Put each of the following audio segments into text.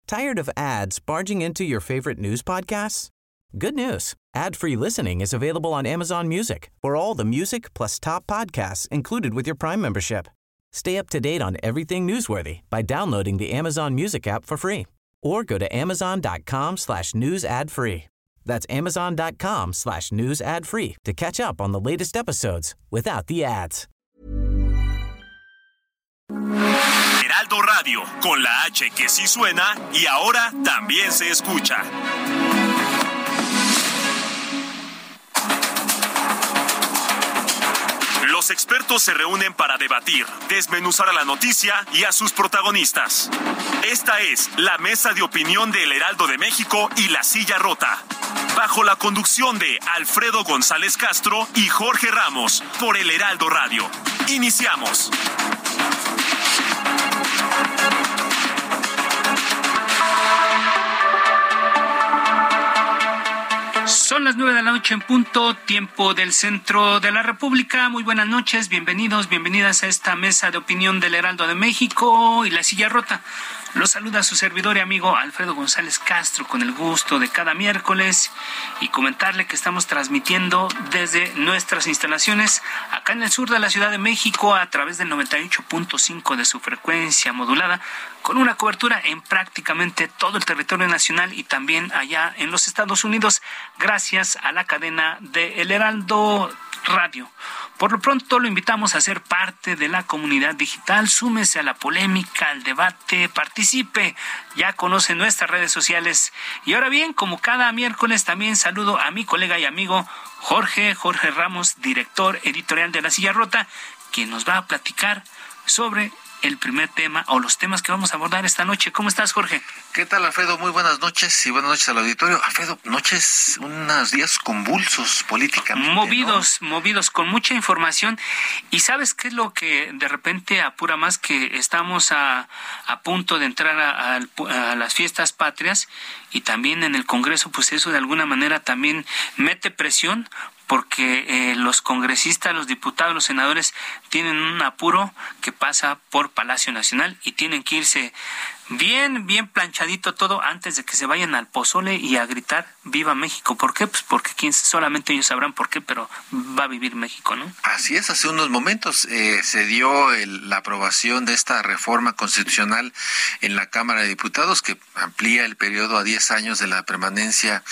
Tired of ads barging into your favorite news podcasts? Good news. Ad-free listening is available on Amazon Music for all the music plus top podcasts included with your Prime membership. Stay up to date on everything newsworthy by downloading the Amazon Music app for free or go to amazon.com/news ad free. That's amazon.com/news ad free to catch up on the latest episodes without the ads. Heraldo Radio, con la H que sí suena y ahora también se escucha. Los expertos se reúnen para debatir, desmenuzar a la noticia y a sus protagonistas. Esta es la mesa de opinión de El Heraldo de México y La Silla Rota. Bajo la conducción de Alfredo González Castro y Jorge Ramos, por El Heraldo Radio. Iniciamos. Son las 9 de la noche en punto, tiempo del centro de la República. Muy buenas noches, bienvenidos, bienvenidas a esta mesa de opinión del Heraldo de México y La Silla Rota. Los saluda su servidor y amigo Alfredo González Castro con el gusto de cada miércoles y comentarle que estamos transmitiendo desde nuestras instalaciones acá en el sur de la Ciudad de México a través del 98.5 de su frecuencia modulada, con una cobertura en prácticamente todo el territorio nacional y también allá en los Estados Unidos, gracias a la cadena de El Heraldo Radio. Por lo pronto lo invitamos a ser parte de la comunidad digital, súmese a la polémica, al debate, participe, ya conoce nuestras redes sociales. Y ahora bien, como cada miércoles también saludo a mi colega y amigo Jorge Ramos, director editorial de La Silla Rota, quien nos va a platicar sobre el primer tema o los temas que vamos a abordar esta noche. ¿Cómo estás, Jorge? ¿Qué tal, Alfredo? Muy buenas noches y buenas noches al auditorio. Alfredo, unos días convulsos políticamente, movidos con mucha información. ¿Y sabes qué es lo que de repente apura más? Que estamos a punto de entrar a las fiestas patrias y también en el Congreso, pues eso de alguna manera también mete presión, porque los congresistas, los diputados, los senadores tienen un apuro que pasa por Palacio Nacional y tienen que irse bien planchadito todo antes de que se vayan al pozole y a gritar ¡Viva México! ¿Por qué? Pues porque solamente ellos sabrán por qué, pero va a vivir México, ¿no? Así es, hace unos momentos se dio la aprobación de esta reforma constitucional en la Cámara de Diputados que amplía el periodo a 10 años de la permanencia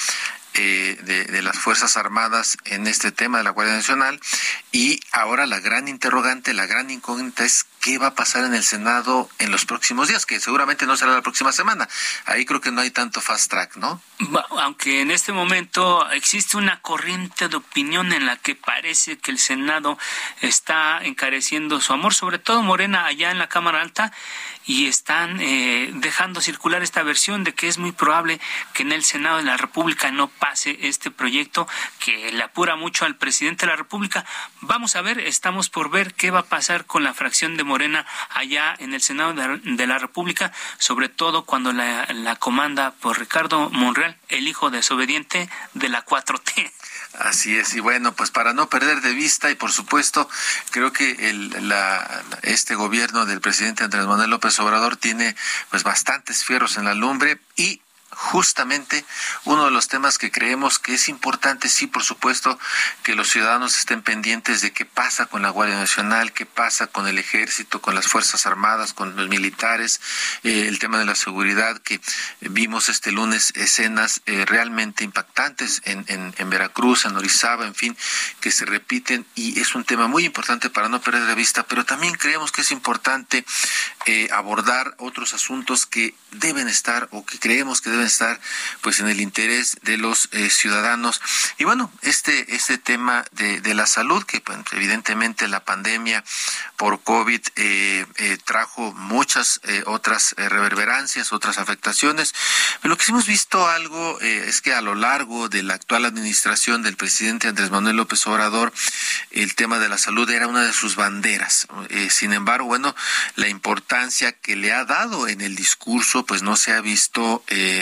de las Fuerzas Armadas en este tema de la Guardia Nacional, y ahora la gran interrogante, la gran incógnita es qué va a pasar en el Senado en los próximos días, que seguramente no será la próxima semana. Ahí creo que no hay tanto fast track, ¿no? Aunque en este momento existe una corriente de opinión en la que parece que el Senado está encareciendo su amor, sobre todo Morena allá en la Cámara Alta, y están dejando circular esta versión de que es muy probable que en el Senado de la República no pase este proyecto que le apura mucho al presidente de la República. Vamos a ver, estamos por ver qué va a pasar con la fracción de Morena allá en el Senado de la República, sobre todo cuando la comanda por Ricardo Monreal, el hijo desobediente de la 4T. Así es, y bueno, pues para no perder de vista, y por supuesto, creo que este gobierno del presidente Andrés Manuel López Obrador tiene pues bastantes fierros en la lumbre, y justamente uno de los temas que creemos que es importante, sí, por supuesto, que los ciudadanos estén pendientes de qué pasa con la Guardia Nacional, qué pasa con el Ejército, con las Fuerzas Armadas, con los militares, el tema de la seguridad, que vimos este lunes escenas realmente impactantes en Veracruz, en Orizaba, en fin, que se repiten, y es un tema muy importante para no perder de vista, pero también creemos que es importante abordar otros asuntos que deben estar, o que creemos que deben estar pues en el interés de los ciudadanos. Y bueno, este tema de la salud, que pues, evidentemente la pandemia por COVID trajo muchas otras reverberancias, otras afectaciones, pero lo que sí hemos visto algo es que a lo largo de la actual administración del presidente Andrés Manuel López Obrador, el tema de la salud era una de sus banderas. Sin embargo, bueno, la importancia que le ha dado en el discurso pues no se ha visto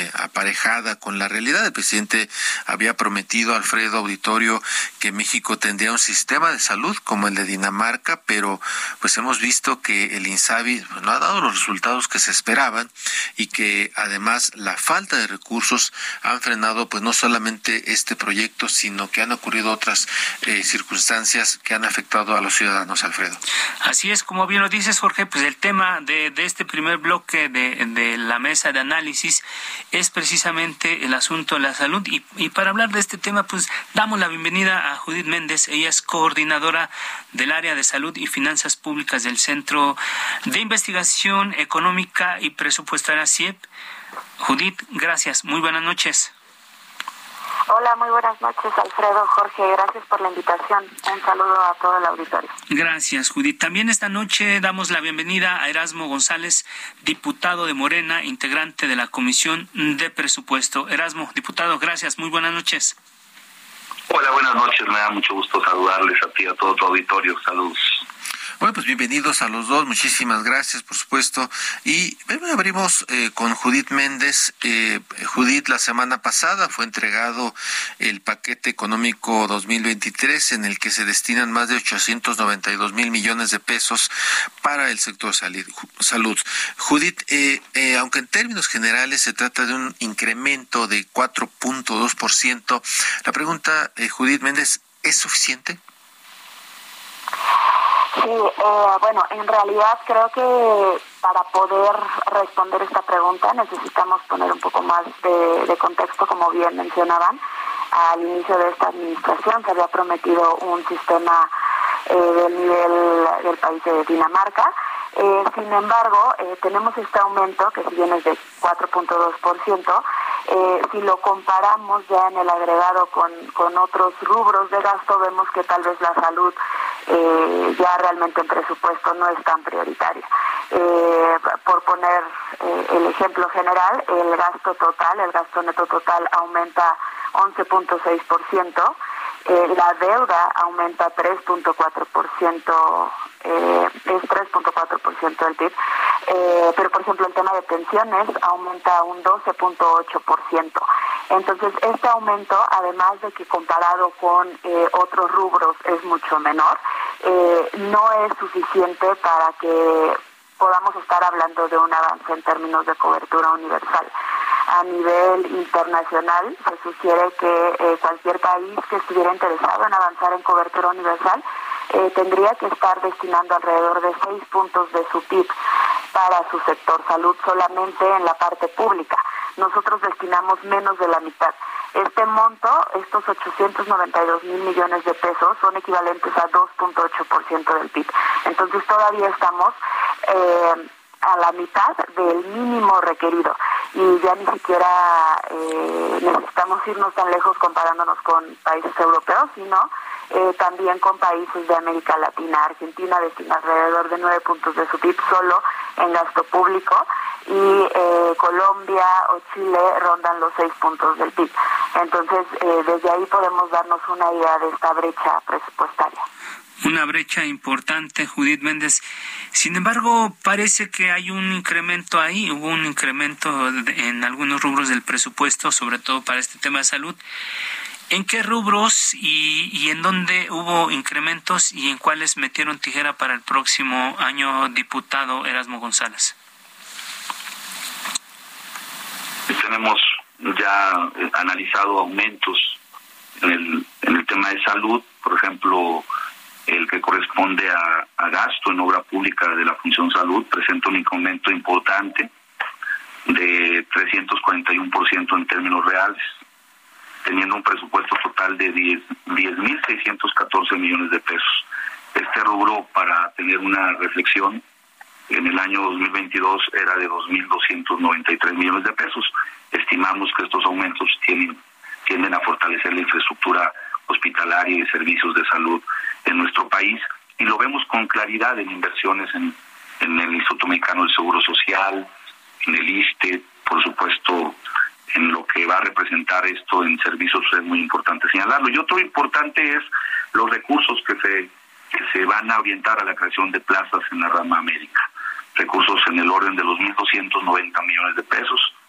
aparejada con la realidad. El presidente había prometido a Alfredo Auditorio que México tendría un sistema de salud como el de Dinamarca, pero pues hemos visto que el INSABI no ha dado los resultados que se esperaban y que además la falta de recursos han frenado pues no solamente este proyecto, sino que han ocurrido otras circunstancias que han afectado a los ciudadanos, Alfredo. Así es, como bien lo dices, Jorge, pues el tema de este primer bloque de la mesa de análisis es precisamente el asunto de la salud y para hablar de este tema pues damos la bienvenida a Judith Méndez. Ella es coordinadora del área de salud y finanzas públicas del Centro de Investigación Económica y Presupuestaria CIEP. Judith, gracias, muy buenas noches. Hola, muy buenas noches, Alfredo, Jorge, gracias por la invitación. Un saludo a todo el auditorio. Gracias, Judith. También esta noche damos la bienvenida a Erasmo González, diputado de Morena, integrante de la Comisión de Presupuesto. Erasmo, diputado, gracias, muy buenas noches. Hola, buenas noches, me da mucho gusto saludarles a ti y a todo tu auditorio. Saludos. Bueno, pues bienvenidos a los dos, muchísimas gracias, por supuesto. Y abrimos con Judith Méndez. Judith, la semana pasada fue entregado el paquete económico 2023 en el que se destinan más de 892 mil millones de pesos para el sector salud. Judith, aunque en términos generales se trata de un incremento de 4.2%, la pregunta, Judith Méndez, ¿es suficiente? Sí, bueno, en realidad creo que para poder responder esta pregunta necesitamos poner un poco más de contexto, como bien mencionaban. Al inicio de esta administración se había prometido un sistema del nivel del país de Dinamarca. Sin embargo, tenemos este aumento, que si bien es de 4.2%, si lo comparamos ya en el agregado con otros rubros de gasto, vemos que tal vez la salud ya realmente en presupuesto no es tan prioritaria. Por poner el ejemplo general, el gasto neto total aumenta 11.6%, la deuda aumenta 3.4%, es 3.4% del PIB, pero por ejemplo el tema de pensiones aumenta un 12.8%. Entonces este aumento, además de que comparado con otros rubros es mucho menor, no es suficiente para que podamos estar hablando de un avance en términos de cobertura universal. A nivel internacional se sugiere que cualquier país que estuviera interesado en avanzar en cobertura universal tendría que estar destinando alrededor de 6 puntos de su PIB para su sector salud solamente en la parte pública. Nosotros destinamos menos de la mitad. Este monto, estos 892 mil millones de pesos, son equivalentes a 2.8% del PIB. Entonces todavía estamos a la mitad del mínimo requerido y ya ni siquiera necesitamos irnos tan lejos comparándonos con países europeos, sino también con países de América Latina. Argentina destina alrededor de 9 puntos de su PIB solo en gasto público y Colombia o Chile rondan los 6 puntos del PIB. Entonces, desde ahí podemos darnos una idea de esta brecha presupuestaria. Una brecha importante, Judith Méndez. Sin embargo, parece que hay un incremento ahí, hubo un incremento en algunos rubros del presupuesto, sobre todo para este tema de salud. ¿En qué rubros y en dónde hubo incrementos y en cuáles metieron tijera para el próximo año, diputado Erasmo González? Tenemos ya analizado aumentos en el tema de salud, por ejemplo, el que corresponde a gasto en obra pública de la Función Salud presenta un incremento importante de 341% en términos reales, teniendo un presupuesto total de 10.614 millones de pesos. Este rubro, para tener una reflexión, en el año 2022 era de 2.293 millones de pesos. Estimamos que estos aumentos tienden a fortalecer la infraestructura hospitalaria y de servicios de salud en nuestro país, y lo vemos con claridad en inversiones en el Instituto Mexicano del Seguro Social, en el ISSSTE, por supuesto, en lo que va a representar esto en servicios. Es muy importante señalarlo. Y otro importante es los recursos que se van a orientar a la creación de plazas en la rama médica, recursos en el orden de los 1.290 millones de pesos,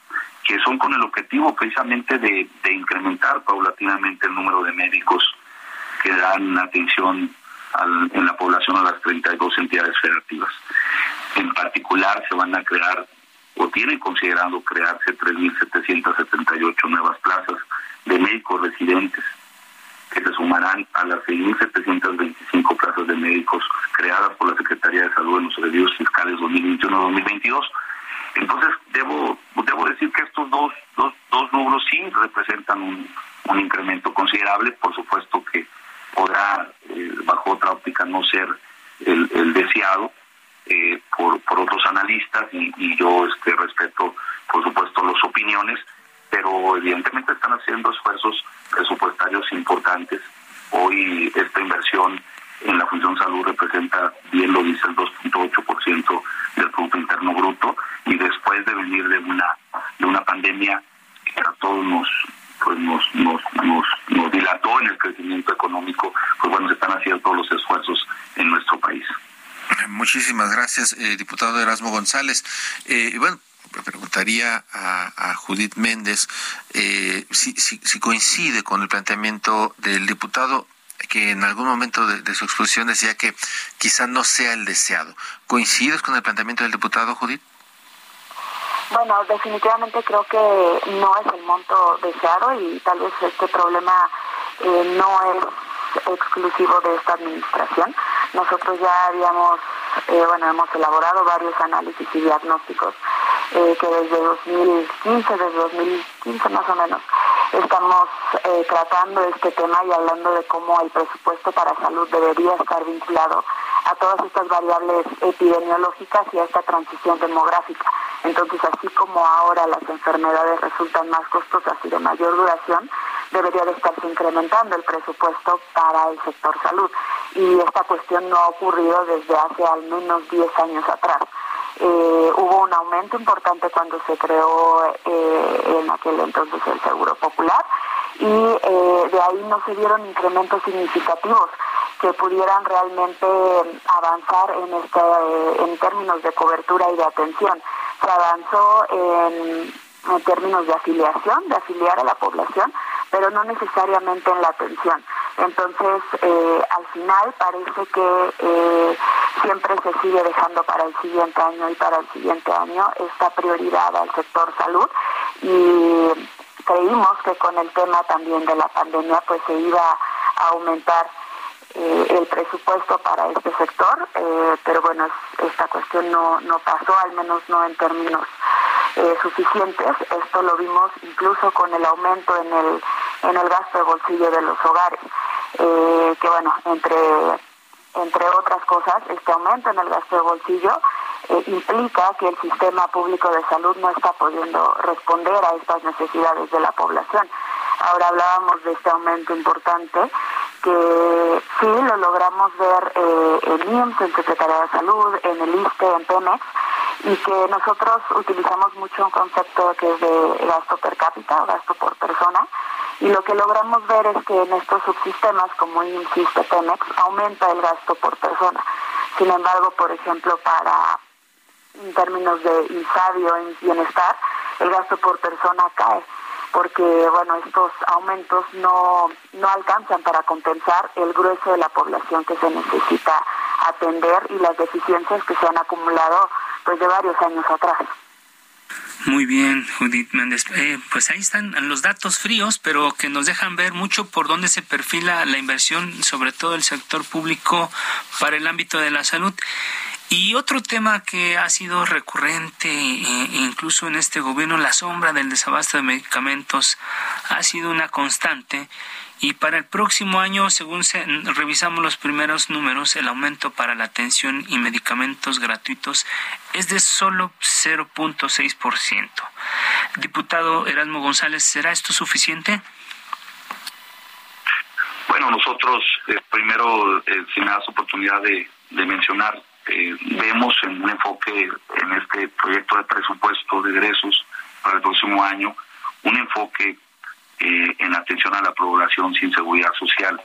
que son con el objetivo precisamente de incrementar paulatinamente el número de médicos que dan atención en la población a las 32 entidades federativas. En particular se van a crear, o tienen considerado crearse 3.778 nuevas plazas de médicos residentes, que se sumarán a las 6.725 plazas de médicos creadas por la Secretaría de Salud en los ejercicios fiscales 2021-2022. Entonces, debo decir que estos dos rubros sí representan un incremento considerable. Por supuesto que podrá, bajo otra óptica, no ser el deseado por otros analistas, y yo respeto, por supuesto, las opiniones, pero evidentemente están haciendo esfuerzos presupuestarios importantes. Hoy esta inversión en la función salud representa, bien lo dice, el 2.8% del Producto Interno Bruto, y después de venir de una pandemia que a todos nos dilató en el crecimiento económico, pues bueno, se están haciendo todos los esfuerzos en nuestro país. Muchísimas gracias, diputado Erasmo González. Bueno, me preguntaría a Judith Méndez si coincide con el planteamiento del diputado, que en algún momento de su exposición decía que quizá no sea el deseado. ¿Coincides con el planteamiento del diputado, Judith? Bueno, definitivamente creo que no es el monto deseado, y tal vez este problema no es exclusivo de esta administración. Nosotros ya hemos elaborado varios análisis y diagnósticos que desde 2015 más o menos, estamos tratando este tema y hablando de cómo el presupuesto para salud debería estar vinculado a todas estas variables epidemiológicas y a esta transición demográfica. Entonces, así como ahora las enfermedades resultan más costosas y de mayor duración, debería de estarse incrementando el presupuesto para el sector salud. Y esta cuestión no ha ocurrido desde hace al menos 10 años atrás. Hubo un aumento importante cuando se creó en aquel entonces el Seguro Popular, y de ahí no se dieron incrementos significativos que pudieran realmente avanzar en términos de cobertura y de atención. Se avanzó en términos de afiliación, de afiliar a la población, pero no necesariamente en la atención. Entonces, al final parece que siempre se sigue dejando para el siguiente año y para el siguiente año esta prioridad al sector salud, y creímos que con el tema también de la pandemia pues se iba a aumentar el presupuesto para este sector, pero bueno, esta cuestión no pasó, al menos no en términos suficientes. Esto lo vimos incluso con el aumento en el gasto de bolsillo de los hogares, que bueno, entre otras cosas, este aumento en el gasto de bolsillo implica que el sistema público de salud no está pudiendo responder a estas necesidades de la población. Ahora hablábamos de este aumento importante, que sí lo logramos ver en IMSS, en Secretaría de Salud, en el ISSSTE, en Pemex, y que nosotros utilizamos mucho un concepto que es de gasto per cápita o gasto por persona, y lo que logramos ver es que en estos subsistemas como IMSS, ISSSTE, Pemex, aumenta el gasto por persona. Sin embargo, por ejemplo, en términos de INSABI o en bienestar, el gasto por persona cae, porque bueno, estos aumentos no alcanzan para compensar el grueso de la población que se necesita atender y las deficiencias que se han acumulado pues de varios años atrás. Muy bien, Judith Méndez. Pues ahí están los datos fríos, pero que nos dejan ver mucho por dónde se perfila la inversión, sobre todo el sector público, para el ámbito de la salud. Y otro tema que ha sido recurrente, incluso en este gobierno, la sombra del desabasto de medicamentos ha sido una constante. Y para el próximo año, según revisamos los primeros números, el aumento para la atención y medicamentos gratuitos es de solo 0.6%. Diputado Erasmo González, ¿será esto suficiente? Bueno, nosotros, primero, si me das oportunidad de mencionar, vemos en un enfoque en este proyecto de presupuesto de egresos para el próximo año, un enfoque en atención a la población sin seguridad social.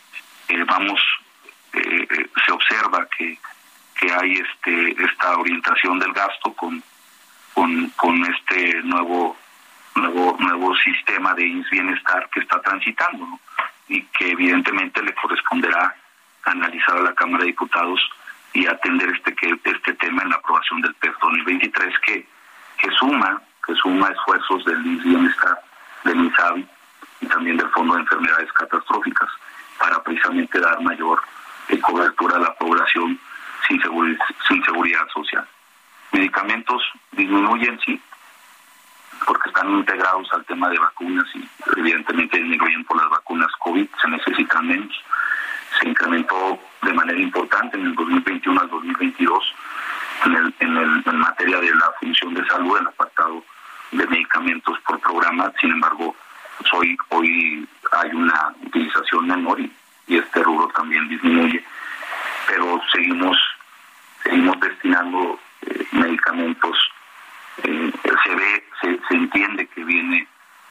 Se observa que hay esta orientación del gasto con este nuevo nuevo sistema de IMSS Bienestar que está transitando, ¿no? Y que evidentemente le corresponderá analizar a la Cámara de Diputados y atender este tema en la aprobación del PEF 2023 que suma esfuerzos del IMSS Bienestar, del INSABI y también del Fondo de Enfermedades Catastróficas para precisamente dar mayor cobertura a la población sin seguridad social. Medicamentos disminuyen, sí, porque están integrados al tema de vacunas y evidentemente disminuyen por las vacunas COVID, se necesitan menos. Se incrementó de manera importante en el 2021 al 2022 en materia de la función de salud, en el apartado de medicamentos por programa. Sin embargo, pues hoy hay una utilización menor y este rubro también disminuye, pero seguimos destinando medicamentos. Se entiende que viene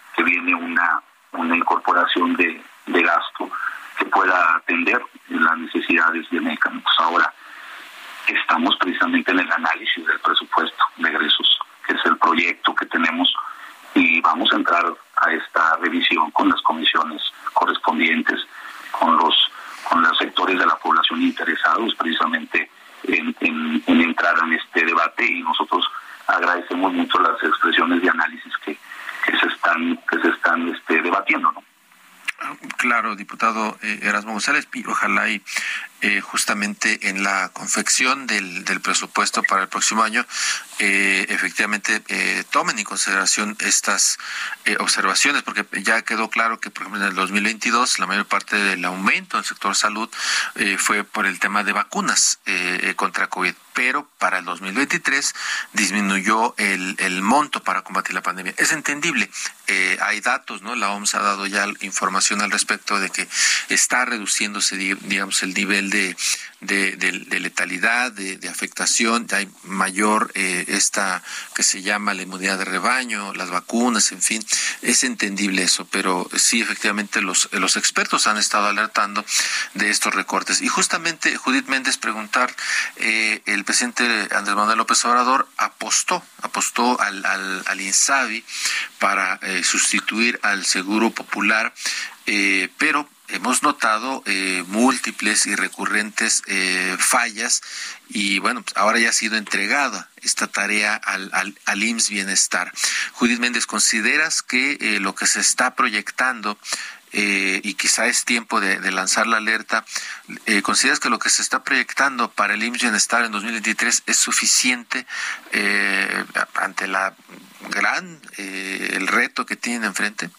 una incorporación de gasto que pueda atender las necesidades de medicamentos. Ahora estamos precisamente en el análisis del presupuesto de egresos, que es el proyecto que tenemos, y vamos a entrar a esta revisión con las comisiones correspondientes, con los sectores de la población interesados precisamente en entrar en este debate, y nosotros agradecemos mucho las expresiones de análisis que se están debatiendo, ¿no? Claro, diputado Erasmo González, y ojalá y justamente en la confección del presupuesto para el próximo año efectivamente tomen en consideración estas observaciones, porque ya quedó claro que, por ejemplo, en el 2022 la mayor parte del aumento en el sector salud fue por el tema de vacunas contra COVID, pero para el 2023 disminuyó el monto para combatir la pandemia. Es entendible, hay datos, ¿no? La OMS ha dado ya información al respecto de que está reduciéndose, digamos, el nivel de letalidad, de afectación. Hay mayor esta que se llama la inmunidad de rebaño, las vacunas, en fin, es entendible eso, pero sí, efectivamente los expertos han estado alertando de estos recortes. Y justamente, Judith Méndez, preguntar, el presidente Andrés Manuel López Obrador apostó al INSABI para sustituir al Seguro Popular, pero hemos notado múltiples y recurrentes fallas, y bueno, pues ahora ya ha sido entregada esta tarea al IMSS Bienestar. Judith Méndez, ¿consideras que lo que se está proyectando, y quizá es tiempo de lanzar la alerta, consideras que lo que se está proyectando para el IMSS Bienestar en 2023 es suficiente ante el reto que tienen enfrente?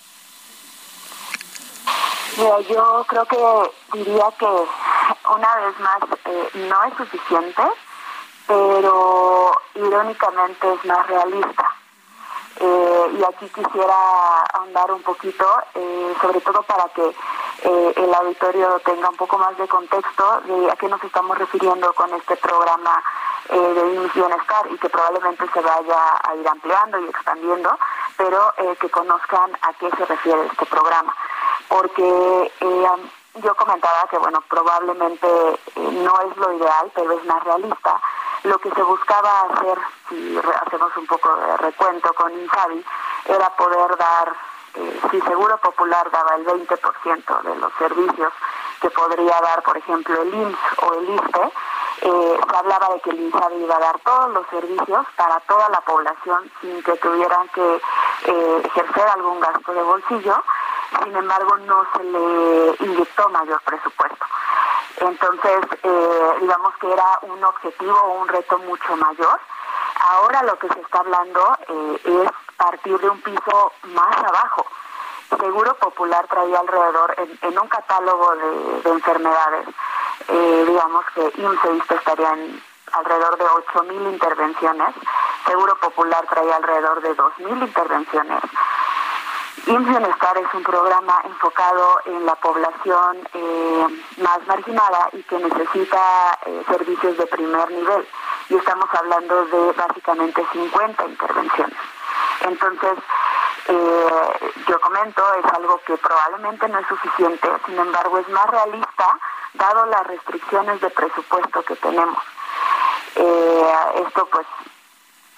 Mira, yo creo que diría que una vez más no es suficiente, pero irónicamente es más realista. Y aquí quisiera ahondar un poquito, sobre todo para que el auditorio tenga un poco más de contexto de a qué nos estamos refiriendo con este programa de IMSS Bienestar, y que probablemente se vaya a ir ampliando y expandiendo, pero que conozcan a qué se refiere este programa. Porque yo comentaba que, bueno, probablemente no es lo ideal, pero es más realista. Lo que se buscaba hacer, si hacemos un poco de recuento con INSABI, era poder dar, si Seguro Popular daba el 20% de los servicios que podría dar, por ejemplo, el IMSS o el ISSSTE, se hablaba de que el INSABI iba a dar todos los servicios para toda la población sin que tuvieran que ejercer algún gasto de bolsillo. Sin embargo, no se le inyectó mayor presupuesto. Entonces, digamos que era un objetivo o un reto mucho mayor. Ahora lo que se está hablando es partir de un piso más abajo. Seguro Popular traía alrededor, en un catálogo de enfermedades, digamos que IMSS e ISSSTE estarían alrededor de 8,000 intervenciones. Seguro Popular traía alrededor de 2,000 intervenciones. IMSS Bienestar es un programa enfocado en la población más marginada y que necesita servicios de primer nivel, y estamos hablando de básicamente 50 intervenciones. Entonces, yo comento, es algo que probablemente no es suficiente, sin embargo es más realista dado las restricciones de presupuesto que tenemos. Esto pues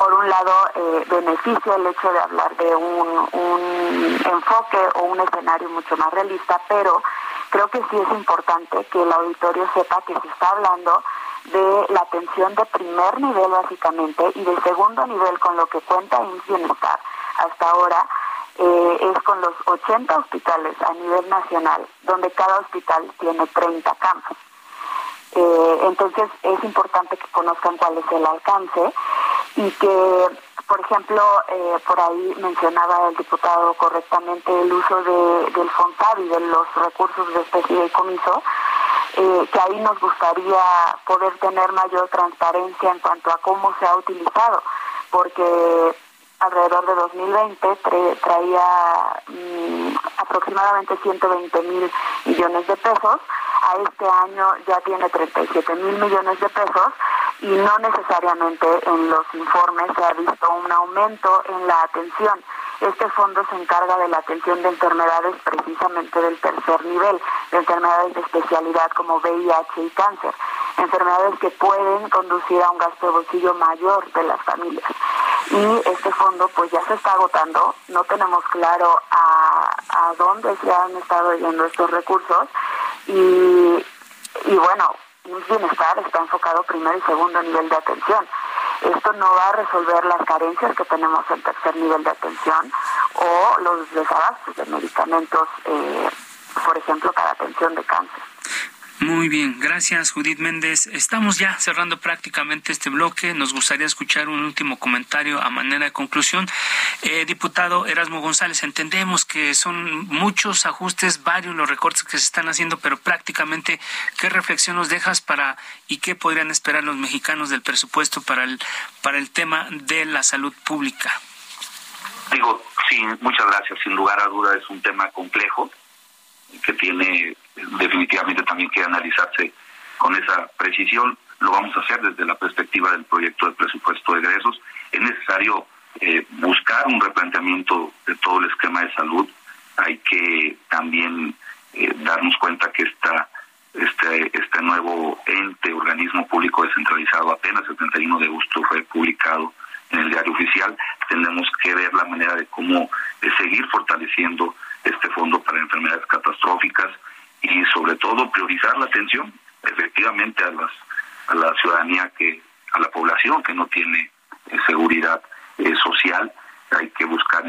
por un lado, beneficia el hecho de hablar de un enfoque o un escenario mucho más realista, pero creo que sí es importante que el auditorio sepa que se está hablando de la atención de primer nivel básicamente y de segundo nivel, con lo que cuenta IMSS Bienestar hasta ahora, es con los 80 hospitales a nivel nacional, donde cada hospital tiene 30 camas. Entonces es importante que conozcan cuál es el alcance y que, por ejemplo, por ahí mencionaba el diputado correctamente el uso del FONCAB y de los recursos de especie y comiso, que ahí nos gustaría poder tener mayor transparencia en cuanto a cómo se ha utilizado, porque alrededor de 2020 traía aproximadamente 120,000 millones de pesos. A este año ya tiene 37,000 millones de pesos y no necesariamente en los informes se ha visto un aumento en la atención. Este fondo se encarga de la atención de enfermedades precisamente del tercer nivel, de enfermedades de especialidad como VIH y cáncer, enfermedades que pueden conducir a un gasto de bolsillo mayor de las familias. Y este fondo pues ya se está agotando, no tenemos claro a dónde se han estado yendo estos recursos y bueno, IMSS Bienestar está enfocado primer y segundo nivel de atención. Esto no va a resolver las carencias que tenemos en tercer nivel de atención o los desabastos de medicamentos, por ejemplo, para atención de cáncer. Muy bien, gracias Judith Méndez. Estamos ya cerrando prácticamente este bloque. Nos gustaría escuchar un último comentario a manera de conclusión. Diputado Erasmo González, entendemos que son muchos ajustes, varios los recortes que se están haciendo, pero prácticamente, ¿qué reflexión nos dejas y qué podrían esperar los mexicanos del presupuesto para el tema de la salud pública? Sí, muchas gracias. Sin lugar a duda es un tema complejo que tiene definitivamente también que analizarse con esa precisión. Lo vamos a hacer desde la perspectiva del proyecto de presupuesto de egresos. Es necesario buscar un replanteamiento de todo el esquema de salud. Hay que también darnos cuenta que este nuevo organismo público descentralizado, apenas el 31 de agosto fue publicado en el Diario Oficial. Tenemos que ver la manera de cómo seguir fortaleciendo este fondo para enfermedades catastróficas y sobre todo priorizar la atención efectivamente a la ciudadanía, a la población que no tiene seguridad social. Hay que buscar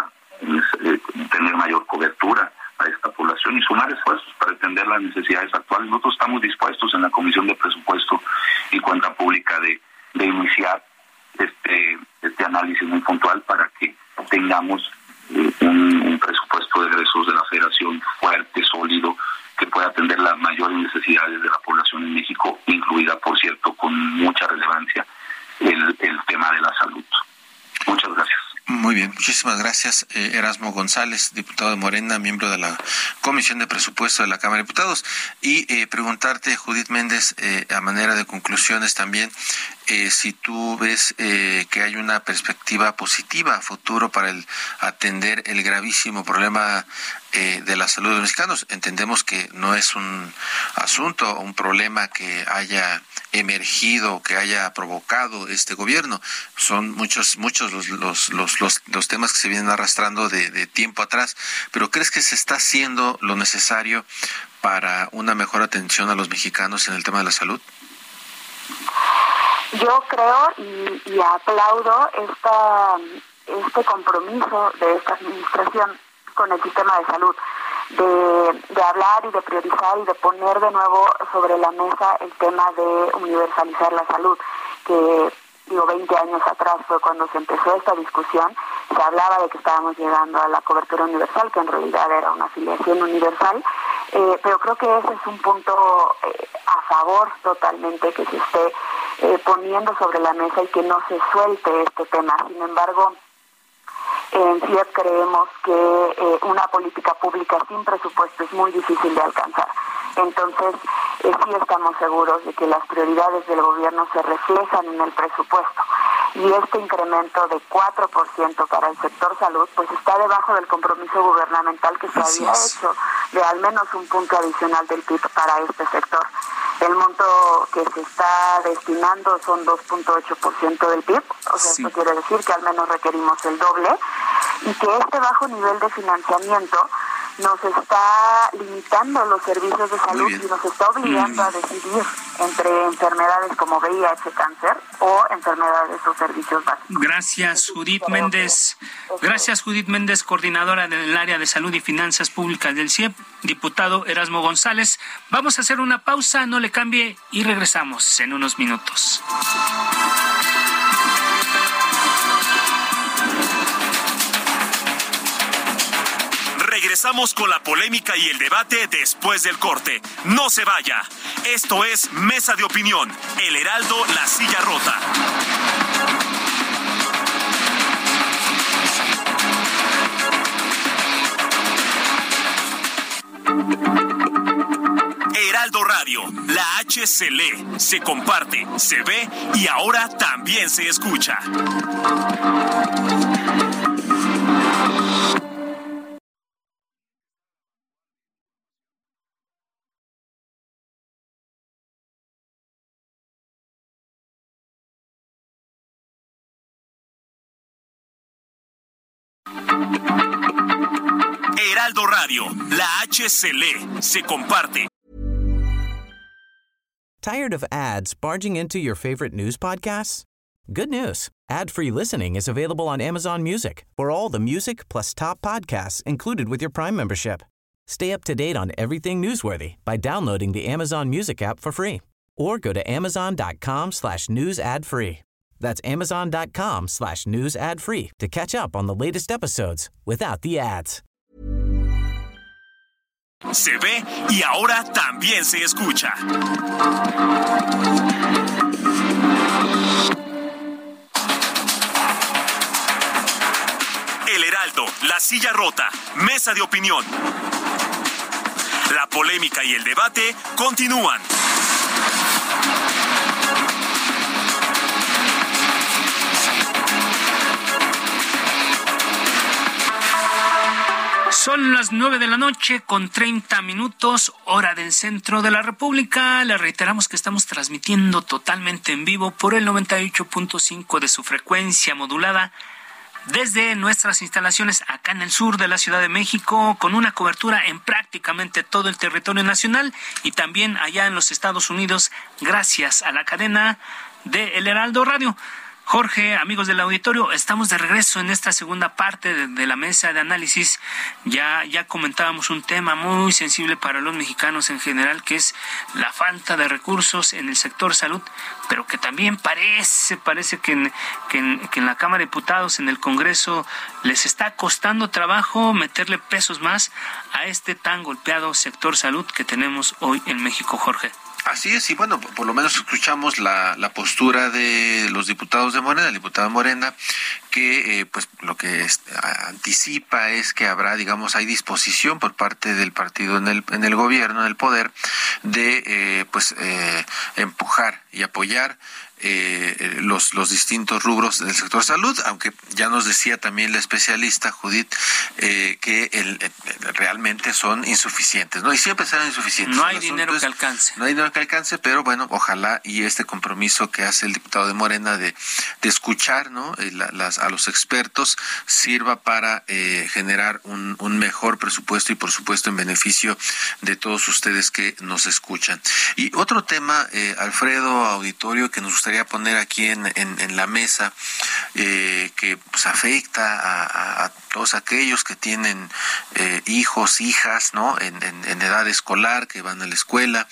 tener mayor cobertura a esta población y sumar esfuerzos para atender las necesidades actuales. Nosotros estamos dispuestos en la Comisión de Presupuesto y Cuenta Pública de iniciar este análisis muy puntual para que tengamos un presupuesto de egresos de la Federación fuerte, sólido, que pueda atender las mayores necesidades de la población en México, incluida, por cierto, con mucha relevancia, el tema de la salud. Muchas gracias. Muy bien, muchísimas gracias, Erasmo González, diputado de Morena, miembro de la Comisión de Presupuesto de la Cámara de Diputados. Y preguntarte, Judith Méndez, a manera de conclusiones también, si tú ves que hay una perspectiva positiva a futuro para atender el gravísimo problema de la salud de los mexicanos. Entendemos que no es un asunto, un problema que haya emergido, que haya provocado este gobierno. Son muchos los temas que se vienen arrastrando de tiempo atrás. Pero ¿crees que se está haciendo lo necesario para una mejor atención a los mexicanos en el tema de la salud? Yo creo y aplaudo este compromiso de esta administración con el sistema de salud, de hablar y de priorizar y de poner de nuevo sobre la mesa el tema de universalizar la salud, que 20 años atrás fue cuando se empezó esta discusión. Se hablaba de que estábamos llegando a la cobertura universal, que en realidad era una afiliación universal, pero creo que ese es un punto a favor totalmente, que se esté poniendo sobre la mesa y que no se suelte este tema. Sin embargo, en CIEP creemos que una política pública sin presupuesto es muy difícil de alcanzar. Entonces, sí estamos seguros de que las prioridades del gobierno se reflejan en el presupuesto. Y este incremento de 4% para el sector salud, pues está debajo del compromiso gubernamental que se había hecho de al menos un punto adicional del PIB para este sector. el monto que se está destinando son 2.8% del PIB, o sea, esto quiere decir que al menos requerimos el doble, y que este bajo nivel de financiamiento nos está limitando los servicios de salud y nos está obligando a decidir entre enfermedades como VIH, cáncer o enfermedades o servicios básicos. Gracias, Judith Méndez. Gracias, Judith Méndez, coordinadora del área de salud y finanzas públicas del CIEP. Diputado Erasmo González. Vamos a hacer una pausa, no le cambie y regresamos en unos minutos. Regresamos con la polémica y el debate después del corte. No se vaya. Esto es Mesa de Opinión. El Heraldo, La Silla Rota. Heraldo Radio, la H se lee, se comparte, se ve y ahora también se escucha. Heraldo Radio, la H se lee, se comparte. Tired of ads barging into your favorite news podcasts? Good news. Ad-free listening is available on Amazon Music for all the music plus top podcasts included with your Prime membership. Stay up to date on everything newsworthy by downloading the Amazon Music app for free or go to amazon.com/news ad free. That's amazon.com/news ad free to catch up on the latest episodes without the ads. Se ve y ahora también se escucha. El Heraldo, La Silla Rota, Mesa de Opinión. La polémica y el debate continúan. Son las 9:30 p.m, hora del centro de la República. Le reiteramos que estamos transmitiendo totalmente en vivo por el 98.5 de su frecuencia modulada desde nuestras instalaciones acá en el sur de la Ciudad de México, con una cobertura en prácticamente todo el territorio nacional y también allá en los Estados Unidos, gracias a la cadena de El Heraldo Radio. Jorge, amigos del auditorio, estamos de regreso en esta segunda parte de la mesa de análisis. Ya comentábamos un tema muy sensible para los mexicanos en general, que es la falta de recursos en el sector salud, pero que también parece que en la Cámara de Diputados, en el Congreso, les está costando trabajo meterle pesos más a este tan golpeado sector salud que tenemos hoy en México, Jorge. Así es, y bueno, por lo menos escuchamos la postura de los diputados de Morena, el diputado Morena, que pues lo que anticipa es que habrá, digamos, hay disposición por parte del partido en el gobierno, en el poder, de empujar y apoyar los distintos rubros del sector salud, aunque ya nos decía también la especialista Judith que realmente son insuficientes, ¿no? Y siempre serán insuficientes. No hay dinero que alcance. No hay dinero que alcance, pero bueno, ojalá y este compromiso que hace el diputado de Morena de escuchar, ¿no? A los expertos sirva para generar un mejor presupuesto y por supuesto en beneficio de todos ustedes que nos escuchan. Y otro tema, Alfredo, auditorio, que nos gustaría poner aquí en la mesa, que pues afecta a todos aquellos que tienen hijos, hijas, ¿no? En edad escolar, que van a la escuela.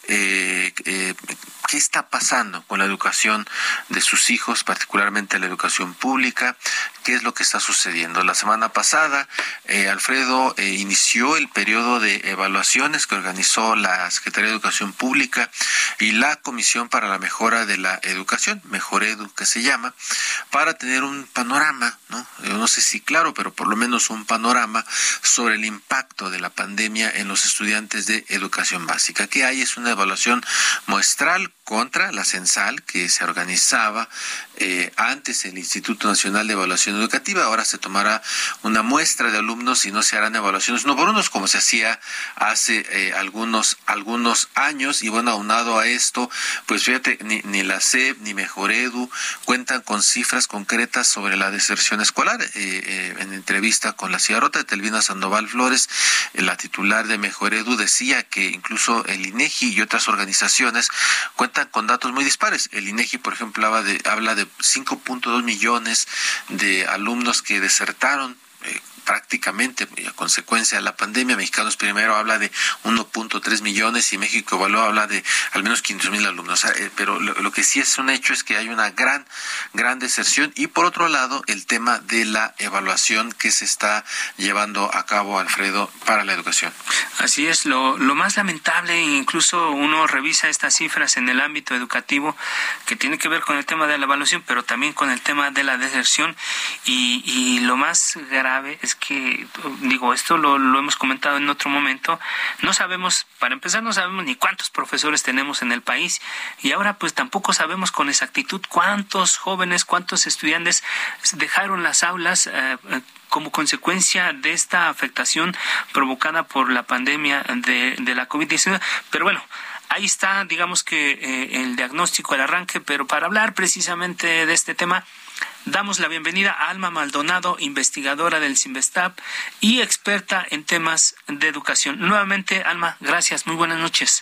¿Qué está pasando con la educación de sus hijos, particularmente la educación pública? ¿Qué es lo que está sucediendo? La semana pasada, Alfredo, inició el periodo de evaluaciones que organizó la Secretaría de Educación Pública y la Comisión para la Mejora de la Educación, Mejoredu, que se llama, para tener un panorama, ¿no? Yo no sé si claro, pero por lo menos un panorama sobre el impacto de la pandemia en los estudiantes de educación básica. ¿Qué hay? Es una evaluación muestral contra la Censal, que se organizaba antes el Instituto Nacional de Evaluación Educativa. Ahora se tomará una muestra de alumnos y no se harán evaluaciones uno por uno, como se hacía hace algunos años. Y bueno, aunado a esto, pues fíjate, ni la SEP ni Mejor Edu cuentan con cifras concretas sobre la deserción escolar. En entrevista con La Silla Rota, Telvina Sandoval Flores, la titular de Mejor Edu, decía que incluso el INEGI y otras organizaciones cuentan con datos muy dispares. El INEGI, por ejemplo, habla de 5.2 millones de alumnos que desertaron prácticamente a consecuencia de la pandemia. Mexicanos Primero habla de 1.3 millones y México Evalúa habla de al menos 500,000 alumnos. Pero lo que sí es un hecho es que hay una gran deserción. Y por otro lado, el tema de la evaluación que se está llevando a cabo, Alfredo, para la educación. Así es, lo más lamentable, incluso uno revisa estas cifras en el ámbito educativo, que tiene que ver con el tema de la evaluación, pero también con el tema de la deserción. Y lo más grave es que, esto lo hemos comentado en otro momento, para empezar no sabemos ni cuántos profesores tenemos en el país, y ahora pues tampoco sabemos con exactitud cuántos jóvenes, cuántos estudiantes dejaron las aulas como consecuencia de esta afectación provocada por la pandemia de la COVID-19. Pero bueno, ahí está, digamos que el diagnóstico, el arranque. Pero para hablar precisamente de este tema, damos la bienvenida a Alma Maldonado, investigadora del CINVESTAP y experta en temas de educación. Nuevamente, Alma, gracias, muy buenas noches.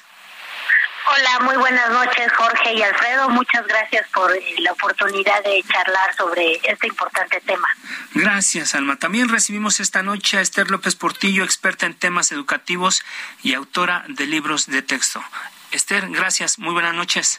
Hola, muy buenas noches, Jorge y Alfredo. Muchas gracias por la oportunidad de charlar sobre este importante tema. Gracias, Alma. También recibimos esta noche a Esther López Portillo, experta en temas educativos y autora de libros de texto. Esther, gracias, muy buenas noches.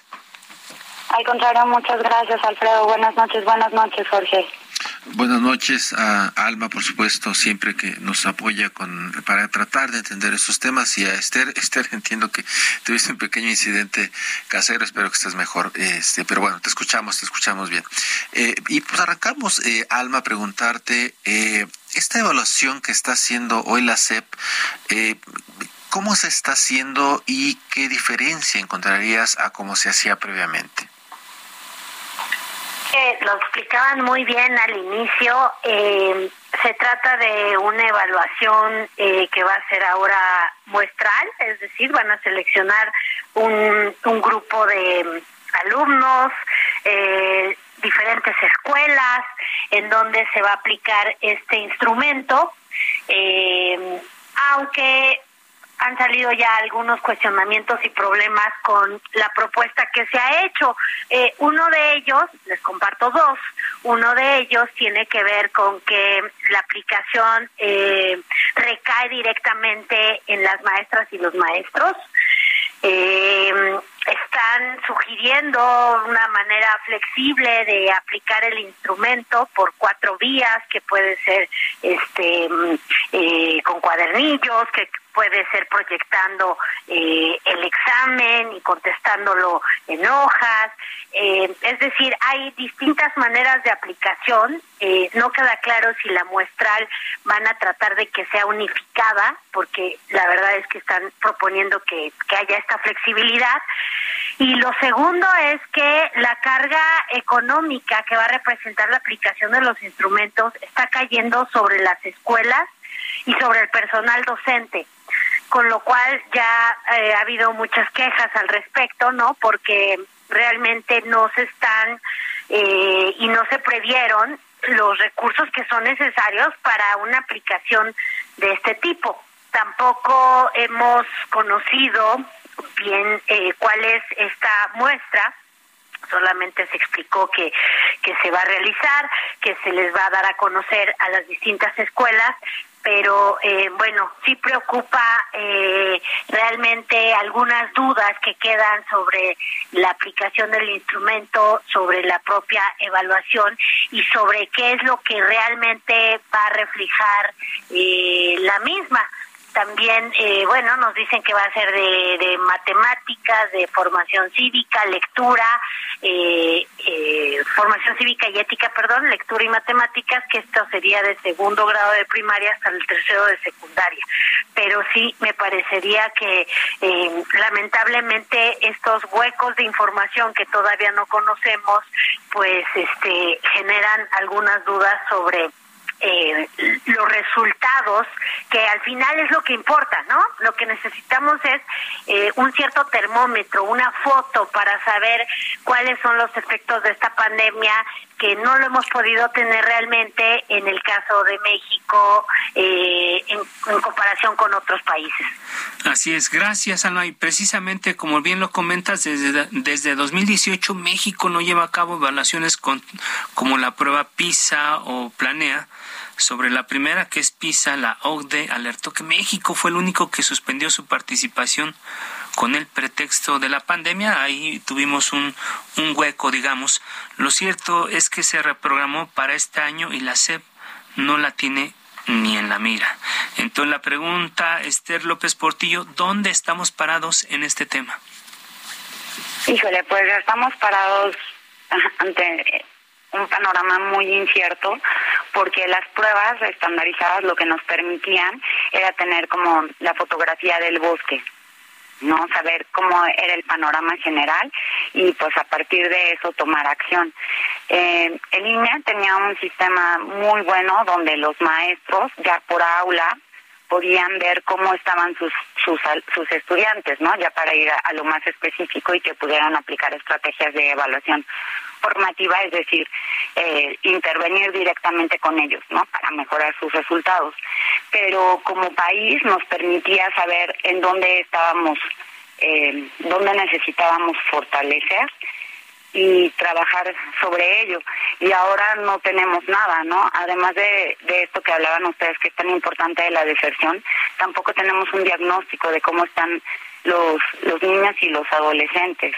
Al contrario, muchas gracias, Alfredo. Buenas noches, Jorge. Buenas noches a Alma, por supuesto, siempre que nos apoya para tratar de entender esos temas, y a Esther. Esther, entiendo que tuviste un pequeño incidente casero, espero que estés mejor, pero bueno, te escuchamos bien. Y pues arrancamos, Alma, a preguntarte, esta evaluación que está haciendo hoy la SEP, ¿cómo se está haciendo y qué diferencia encontrarías a cómo se hacía previamente? Lo explicaban muy bien al inicio. Se trata de una evaluación que va a ser ahora muestral, es decir, van a seleccionar un grupo de alumnos, diferentes escuelas, en donde se va a aplicar este instrumento, aunque han salido ya algunos cuestionamientos y problemas con la propuesta que se ha hecho. Uno de ellos, les comparto dos, uno de ellos tiene que ver con que la aplicación recae directamente en las maestras y los maestros. Están sugiriendo una manera flexible de aplicar el instrumento por 4 vías, que puede ser con cuadernillos, que puede ser proyectando el examen y contestándolo en hojas. Es decir, hay distintas maneras de aplicación. No queda claro si la muestral van a tratar de que sea unificada, porque la verdad es que están proponiendo que haya esta flexibilidad. Y lo segundo es que la carga económica que va a representar la aplicación de los instrumentos está cayendo sobre las escuelas y sobre el personal docente, con lo cual ya ha habido muchas quejas al respecto, ¿no? Porque realmente no se están y no se previeron los recursos que son necesarios para una aplicación de este tipo. Tampoco hemos conocido bien cuál es esta muestra. Solamente se explicó que se va a realizar, que se les va a dar a conocer a las distintas escuelas, pero bueno, sí preocupa realmente algunas dudas que quedan sobre la aplicación del instrumento, sobre la propia evaluación y sobre qué es lo que realmente va a reflejar la misma. también, nos dicen que va a ser de matemáticas, de formación cívica, lectura, formación cívica y ética, lectura y matemáticas, que esto sería de segundo grado de primaria hasta el tercero de secundaria. Pero sí me parecería que lamentablemente estos huecos de información que todavía no conocemos, pues generan algunas dudas sobre los resultados, que al final es lo que importa, ¿no? Lo que necesitamos es un cierto termómetro, una foto para saber cuáles son los efectos de esta pandemia, que no lo hemos podido tener realmente en el caso de México en comparación con otros países. Así es, gracias, Alma. Y precisamente, como bien lo comentas, desde 2018 México no lleva a cabo evaluaciones como la prueba PISA o Planea. Sobre la primera, que es PISA, la OCDE alertó que México fue el único que suspendió su participación con el pretexto de la pandemia. Ahí tuvimos un hueco, digamos. Lo cierto es que se reprogramó para este año y la SEP no la tiene ni en la mira. Entonces la pregunta, Esther López Portillo, ¿dónde estamos parados en este tema? Híjole, pues estamos parados ante un panorama muy incierto, porque las pruebas estandarizadas lo que nos permitían era tener como la fotografía del bosque, ¿no? Saber cómo era el panorama general y pues a partir de eso tomar acción. El INE tenía un sistema muy bueno donde los maestros ya por aula podían ver cómo estaban sus estudiantes, ¿no? Ya para ir a lo más específico y que pudieran aplicar estrategias de evaluación formativa, es decir, intervenir directamente con ellos, ¿no? Para mejorar sus resultados. Pero como país nos permitía saber en dónde estábamos, dónde necesitábamos fortalecer y trabajar sobre ello. Y ahora no tenemos nada, ¿no? Además de esto que hablaban ustedes, que es tan importante de la deserción, tampoco tenemos un diagnóstico de cómo están los niños y los adolescentes,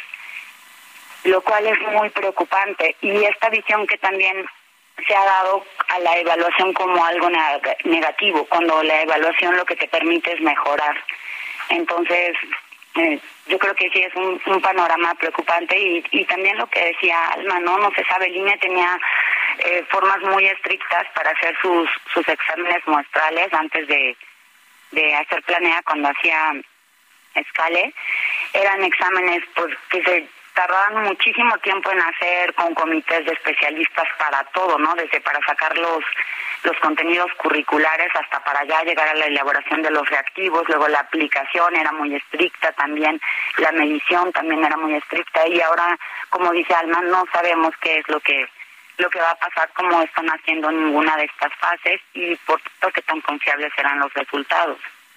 lo cual es muy preocupante. Y esta visión que también se ha dado a la evaluación como algo negativo, cuando la evaluación lo que te permite es mejorar. Entonces, yo creo que sí es un panorama preocupante y también lo que decía Alma, no se sabe. El INE tenía formas muy estrictas para hacer sus exámenes muestrales antes de hacer Planea. Cuando hacía Escale, eran exámenes pues que se tardaban muchísimo tiempo en hacer, con comités de especialistas para todo, ¿no? Desde para sacar los contenidos curriculares hasta para ya llegar a la elaboración de los reactivos. Luego la aplicación era muy estricta también, la medición también era muy estricta, y ahora, como dice Alma, no sabemos qué es lo que va a pasar, cómo están haciendo ninguna de estas fases y por qué tan confiables serán los resultados.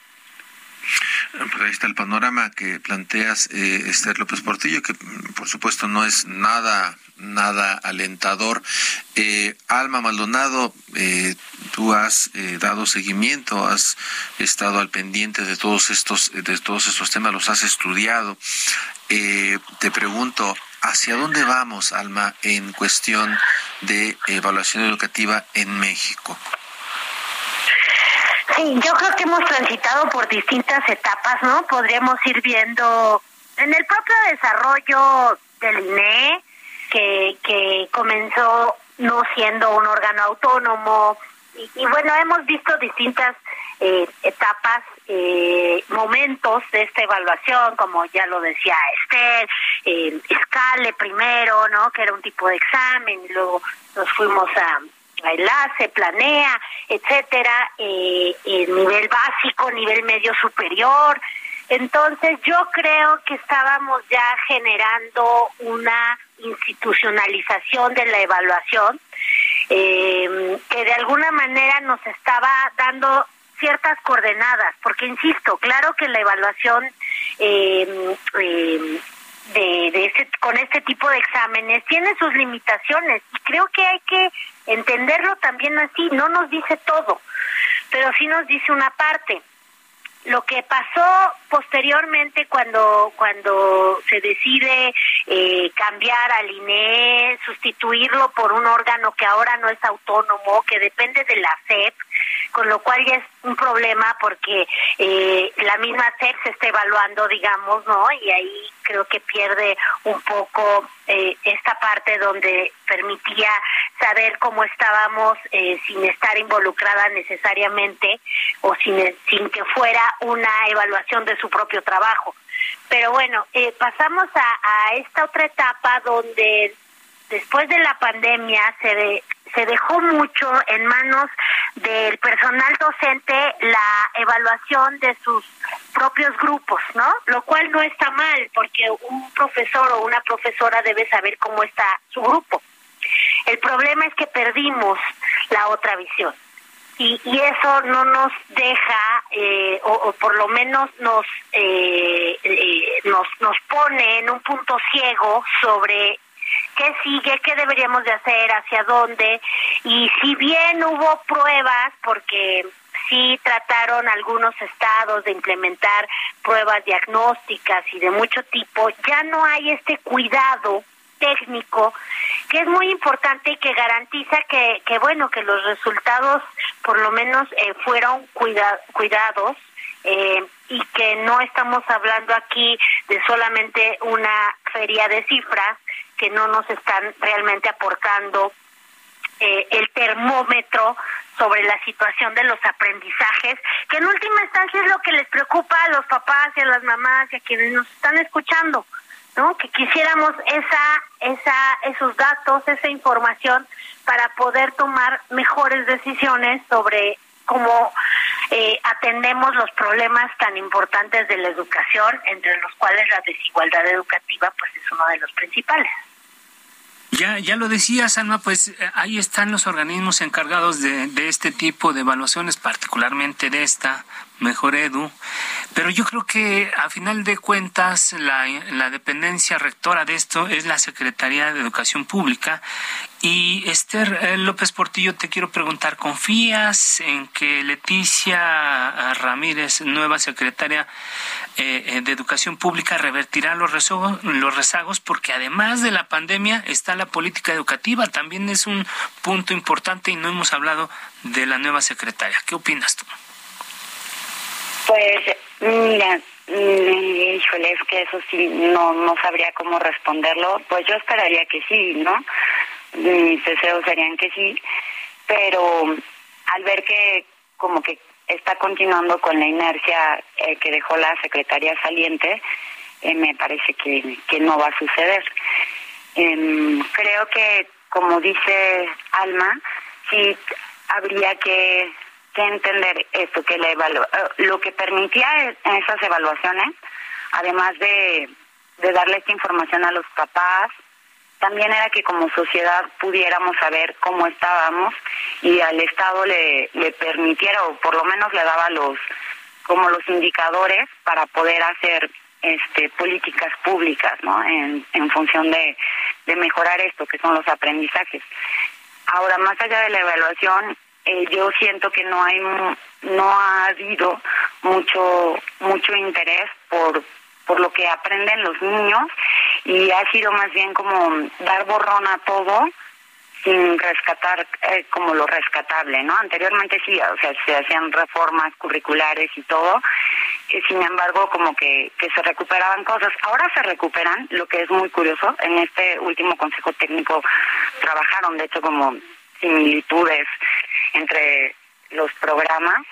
Pues ahí está el panorama que planteas, Esther López Portillo, que por supuesto no es nada alentador. Alma Maldonado, tú has dado seguimiento, has estado al pendiente de todos estos temas, los has estudiado. Te pregunto, ¿hacia dónde vamos, Alma, en cuestión de evaluación educativa en México? Sí, yo creo que hemos transitado por distintas etapas, ¿no? Podríamos ir viendo en el propio desarrollo del INE, que comenzó no siendo un órgano autónomo, y bueno, hemos visto distintas etapas, momentos de esta evaluación, como ya lo decía Esther, Escale primero, ¿no? Que era un tipo de examen, y luego nos fuimos a Enlace, Planea, etcétera, nivel básico, nivel medio superior. Entonces yo creo que estábamos ya generando una institucionalización de la evaluación, que de alguna manera nos estaba dando ciertas coordenadas, porque insisto, claro que la evaluación con este tipo de exámenes tiene sus limitaciones, y creo que hay que entenderlo también así. No nos dice todo, pero sí nos dice una parte. Lo que pasó posteriormente cuando se decide cambiar al INE, sustituirlo por un órgano que ahora no es autónomo, que depende de la SEP, con lo cual ya es un problema porque la misma SEP se está evaluando, digamos, ¿no? Y ahí creo que pierde un poco esta parte donde permitía saber cómo estábamos sin estar involucrada necesariamente o sin que fuera una evaluación de su propio trabajo. Pero bueno, pasamos a esta otra etapa donde después de la pandemia se dejó mucho en manos del personal docente la evaluación de sus propios grupos, ¿no? Lo cual no está mal, porque un profesor o una profesora debe saber cómo está su grupo. El problema es que perdimos la otra visión. Y eso no nos deja, o por lo menos nos pone en un punto ciego sobre qué sigue, qué deberíamos de hacer, hacia dónde. Y si bien hubo pruebas, porque sí trataron algunos estados de implementar pruebas diagnósticas y de mucho tipo, ya no hay este cuidado técnico que es muy importante y que garantiza que los resultados por lo menos fueron cuidados, y que no estamos hablando aquí de solamente una feria de cifras que no nos están realmente aportando el termómetro sobre la situación de los aprendizajes, que en última instancia es lo que les preocupa a los papás y a las mamás y a quienes nos están escuchando, ¿no? Que quisiéramos esos datos, esa información para poder tomar mejores decisiones sobre cómo atendemos los problemas tan importantes de la educación, entre los cuales la desigualdad educativa pues es uno de los principales. Ya lo decías, Alma, pues ahí están los organismos encargados de este tipo de evaluaciones, particularmente de esta, Mejor Edu, pero yo creo que a final de cuentas la dependencia rectora de esto es la Secretaría de Educación Pública. Y Esther López Portillo, te quiero preguntar, ¿confías en que Leticia Ramírez, nueva secretaria de Educación Pública, revertirá los rezagos? Porque además de la pandemia está la política educativa, también es un punto importante y no hemos hablado de la nueva secretaria. ¿Qué opinas tú? Pues mira, híjole, es que eso sí no sabría cómo responderlo. Pues yo esperaría que sí, ¿no? Mis deseos serían que sí, pero al ver que como que está continuando con la inercia que dejó la secretaria saliente, me parece que no va a suceder. Creo que, como dice Alma, sí habría que entender esto, que lo que permitía en esas evaluaciones, además de darle esta información a los papás, también era que como sociedad pudiéramos saber cómo estábamos y al Estado le permitiera, o por lo menos le daba los indicadores para poder hacer políticas públicas, ¿no? En función de mejorar esto, que son los aprendizajes. Ahora, más allá de la evaluación, yo siento que no ha habido mucho interés por lo que aprenden los niños, y ha sido más bien como dar borrón a todo sin rescatar como lo rescatable, ¿no? Anteriormente sí, o sea, se hacían reformas curriculares y todo, sin embargo como que se recuperaban cosas. Ahora se recuperan, lo que es muy curioso. En este último consejo técnico trabajaron, de hecho, como similitudes entre los programas,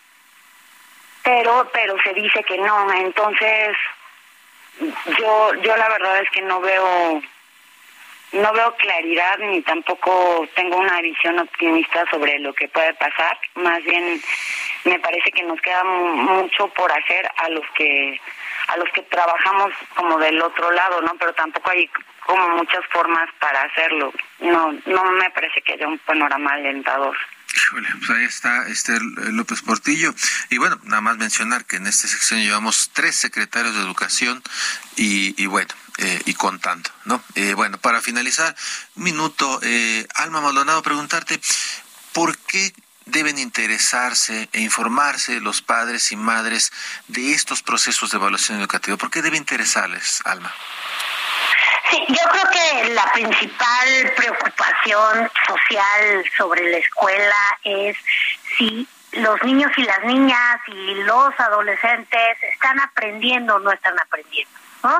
pero se dice que no. Entonces yo la verdad es que no veo claridad, ni tampoco tengo una visión optimista sobre lo que puede pasar. Más bien me parece que nos queda mucho por hacer a los que trabajamos como del otro lado, ¿no? Pero tampoco hay como muchas formas para hacerlo. No me parece que haya un panorama alentador. Híjole, pues ahí está Esther López Portillo. Y bueno, nada más mencionar que en este sexenio llevamos 3 secretarios de Educación y bueno, y contando, ¿no? Bueno, para finalizar, un minuto, Alma Maldonado, preguntarte, ¿por qué deben interesarse e informarse los padres y madres de estos procesos de evaluación educativa? ¿Por qué debe interesarles, Alma? Sí, yo creo que la principal preocupación social sobre la escuela es si los niños y las niñas y los adolescentes están aprendiendo o no están aprendiendo, ¿no?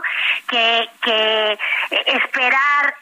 Que esperar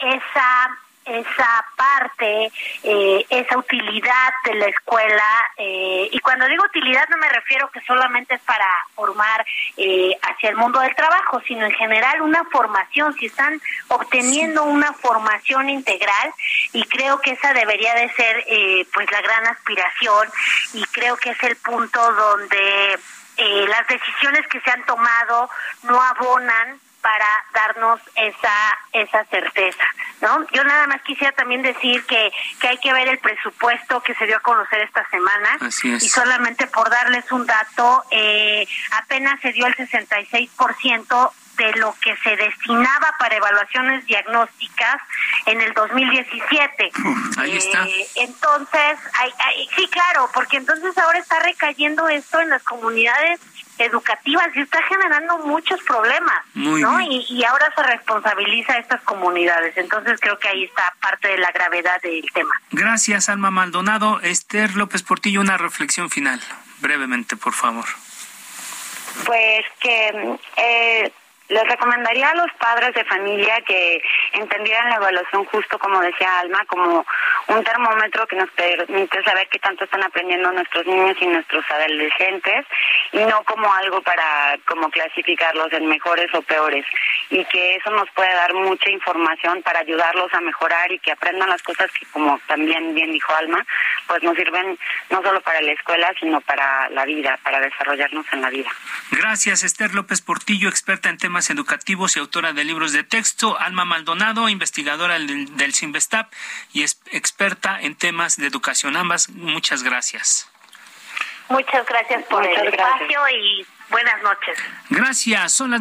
esa parte, esa utilidad de la escuela, y cuando digo utilidad no me refiero que solamente es para formar hacia el mundo del trabajo, sino en general una formación, si están obteniendo una formación integral, y creo que esa debería de ser pues la gran aspiración, y creo que es el punto donde las decisiones que se han tomado no abonan para darnos esa certeza, ¿no? Yo nada más quisiera también decir que hay que ver el presupuesto que se dio a conocer esta semana. Así es. Y solamente por darles un dato, apenas se dio el 66% de lo que se destinaba para evaluaciones diagnósticas en el 2017. Ahí está. Entonces, sí, claro, porque entonces ahora está recayendo esto en las comunidades educativas y está generando muchos problemas, ¿no? Y ahora se responsabiliza a estas comunidades. Entonces creo que ahí está parte de la gravedad del tema. Gracias, Alma Maldonado. Esther López Portillo, una reflexión final, brevemente, por favor. Pues que les recomendaría a los padres de familia que entendieran la evaluación, justo como decía Alma, como un termómetro que nos permite saber qué tanto están aprendiendo nuestros niños y nuestros adolescentes, y no como algo para como clasificarlos en mejores o peores, y que eso nos puede dar mucha información para ayudarlos a mejorar y que aprendan las cosas que, como también bien dijo Alma, pues nos sirven no solo para la escuela, sino para la vida, para desarrollarnos en la vida. Gracias, Esther López Portillo, experta en temas educativos y autora de libros de texto. Alma Maldonado, investigadora del CINVESTAP y experta en temas de educación. Ambas, muchas gracias. Muchas gracias por el espacio y buenas noches. Gracias, son las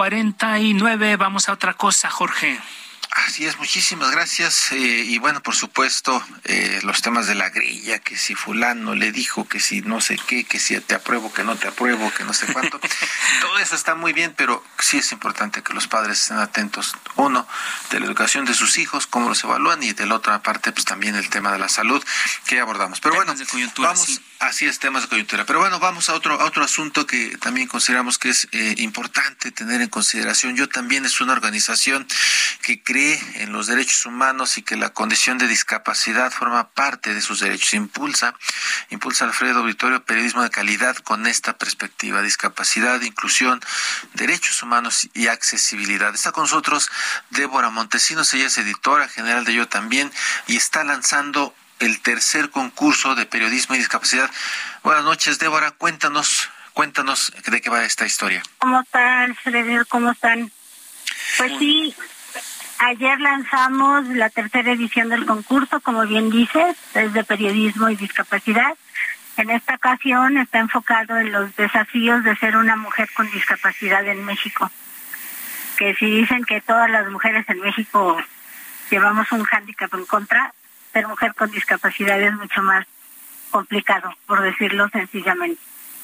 9:49. Vamos a otra cosa, Jorge. Así es, muchísimas gracias. Y bueno, por supuesto, los temas de la grilla, que si fulano le dijo, que si no sé qué, que si te apruebo, que no te apruebo, que no sé cuánto. Todo eso está muy bien, pero sí es importante que los padres estén atentos, uno, de la educación de sus hijos, cómo los evalúan, y de la otra parte, pues también el tema de la salud que abordamos. Pero temas bueno, de coyuntura, vamos, sí. Así es, temas de coyuntura. Pero bueno, vamos a otro asunto que también consideramos que es importante tener en consideración. Yo también es una organización que cree en los derechos humanos y que la condición de discapacidad forma parte de sus derechos. Impulsa Alfredo Vittorio periodismo de calidad con esta perspectiva: discapacidad, inclusión, derechos humanos y accesibilidad. Está con nosotros Débora Montesinos, ella es editora general de Yo También y está lanzando el tercer concurso de periodismo y discapacidad. Buenas noches, Débora, cuéntanos de qué va esta historia. ¿Cómo están, Alfredo? ¿Cómo están? Pues sí, ayer lanzamos la tercera edición del concurso, como bien dices, es de periodismo y discapacidad. En esta ocasión está enfocado en los desafíos de ser una mujer con discapacidad en México. Que si dicen que todas las mujeres en México llevamos un hándicap en contra, ser mujer con discapacidad es mucho más complicado, por decirlo sencillamente.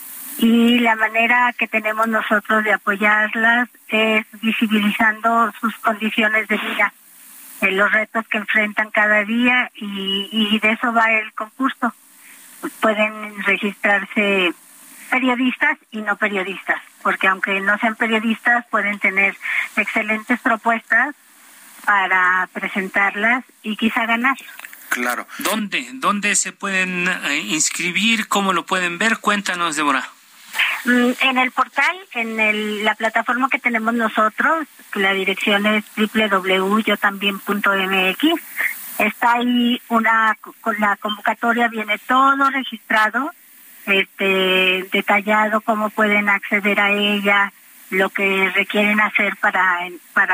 Y la manera que tenemos nosotros de apoyarlas es visibilizando sus condiciones de vida, los retos que enfrentan cada día, y de eso va el concurso. Pueden registrarse periodistas y no periodistas, porque aunque no sean periodistas pueden tener excelentes propuestas para presentarlas y quizá ganar. Claro. ¿Dónde se pueden inscribir? ¿Cómo lo pueden ver? Cuéntanos, Débora. En el portal, la plataforma que tenemos nosotros, la dirección es www.yotambien.mx. Está ahí con la convocatoria, viene todo registrado, detallado cómo pueden acceder a ella, lo que requieren hacer para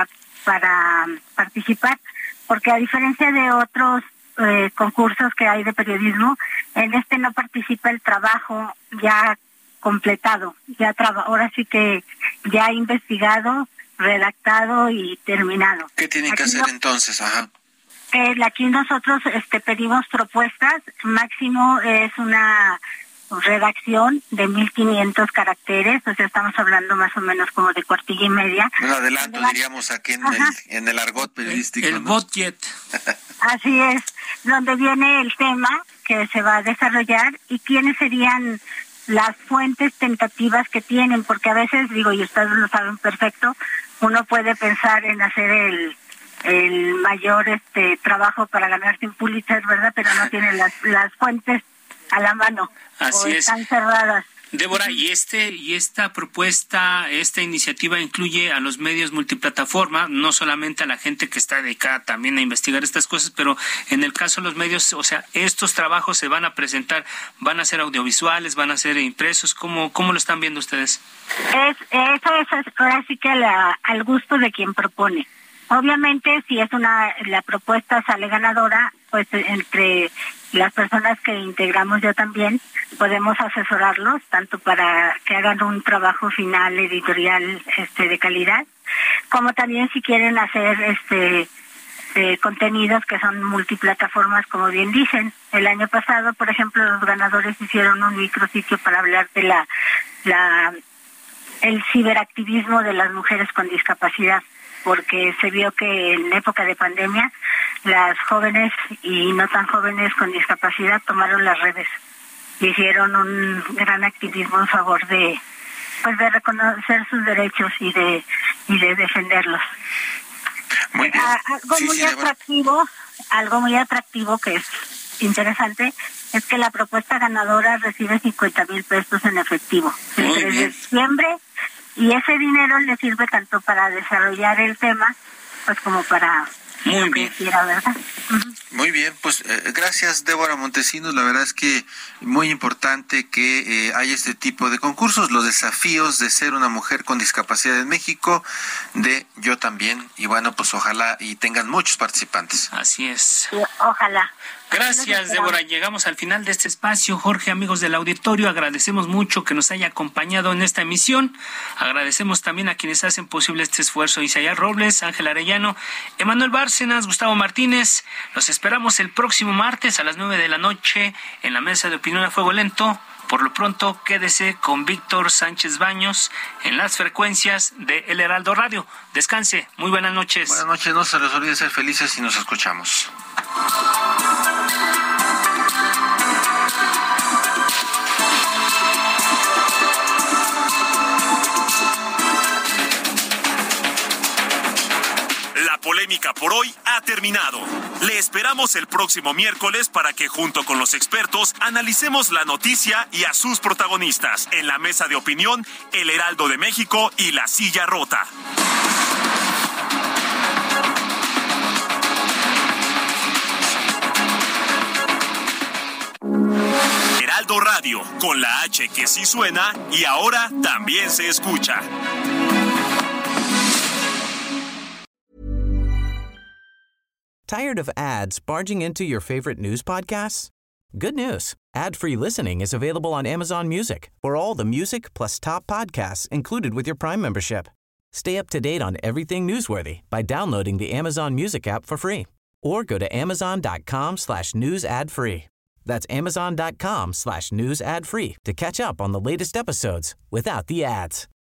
participar, porque a diferencia de otros concursos que hay de periodismo, en este no participa el trabajo ya completado, ahora sí que ya investigado, redactado y terminado. ¿Qué tienen que hacer entonces? Ajá. Aquí nosotros pedimos propuestas, máximo es una redacción de 1,500 caracteres, o sea, estamos hablando más o menos como de cuartilla y media. Un adelanto, diríamos aquí en el argot periodístico. El budget. Así es, donde viene el tema que se va a desarrollar y quiénes serían las fuentes tentativas que tienen, porque a veces, digo, y ustedes lo saben perfecto, uno puede pensar en hacer el mayor trabajo para ganarse un Pulitzer, ¿verdad? Pero no tiene las fuentes a la mano. Así es. Están cerradas. Débora, y esta propuesta, esta iniciativa incluye a los medios multiplataforma, no solamente a la gente que está dedicada también a investigar estas cosas, pero en el caso de los medios, o sea, estos trabajos se van a presentar, van a ser audiovisuales, van a ser impresos, ¿cómo lo están viendo ustedes? Eso es ahora sí que al gusto de quien propone. Obviamente, si la propuesta sale ganadora, pues entre las personas que integramos yo también, podemos asesorarlos, tanto para que hagan un trabajo final editorial de calidad, como también si quieren hacer contenidos que son multiplataformas, como bien dicen. El año pasado, por ejemplo, los ganadores hicieron un micrositio para hablar de el ciberactivismo de las mujeres con discapacidad, porque se vio que en época de pandemia las jóvenes y no tan jóvenes con discapacidad tomaron las redes y hicieron un gran activismo en favor de reconocer sus derechos y de defenderlos. Muy bien. Algo muy atractivo que es interesante es que la propuesta ganadora recibe 50,000 pesos en efectivo entre diciembre, y ese dinero le sirve tanto para desarrollar el tema pues como para muy bien, ¿verdad? Muy bien, pues gracias, Débora Montesinos. La verdad es que muy importante que haya este tipo de concursos, los desafíos de ser una mujer con discapacidad en México, de Yo También, y bueno, pues ojalá y tengan muchos participantes. Así es. Sí, ojalá. Gracias, Débora. Llegamos al final de este espacio. Jorge, amigos del auditorio, agradecemos mucho que nos haya acompañado en esta emisión. Agradecemos también a quienes hacen posible este esfuerzo: Isaías Robles, Ángel Arellano, Emanuel Bárcenas, Gustavo Martínez. Los esperamos el próximo martes a las 9 de la noche en la Mesa de Opinión a Fuego Lento. Por lo pronto, quédese con Víctor Sánchez Baños en las frecuencias de El Heraldo Radio. Descanse. Muy buenas noches. Buenas noches. No se les olvide ser felices y nos escuchamos. La polémica por hoy ha terminado. Le esperamos el próximo miércoles para que junto con los expertos analicemos la noticia y a sus protagonistas en la mesa de opinión El Heraldo de México y La Silla Rota. Heraldo Radio, con la H que sí suena y ahora también se escucha. Tired of ads barging into your favorite news podcasts? Good news. Ad-free listening is available on Amazon Music for all the music plus top podcasts included with your Prime membership. Stay up to date on everything newsworthy by downloading the Amazon Music app for free or go to amazon.com/news ad free. That's amazon.com/news ad free to catch up on the latest episodes without the ads.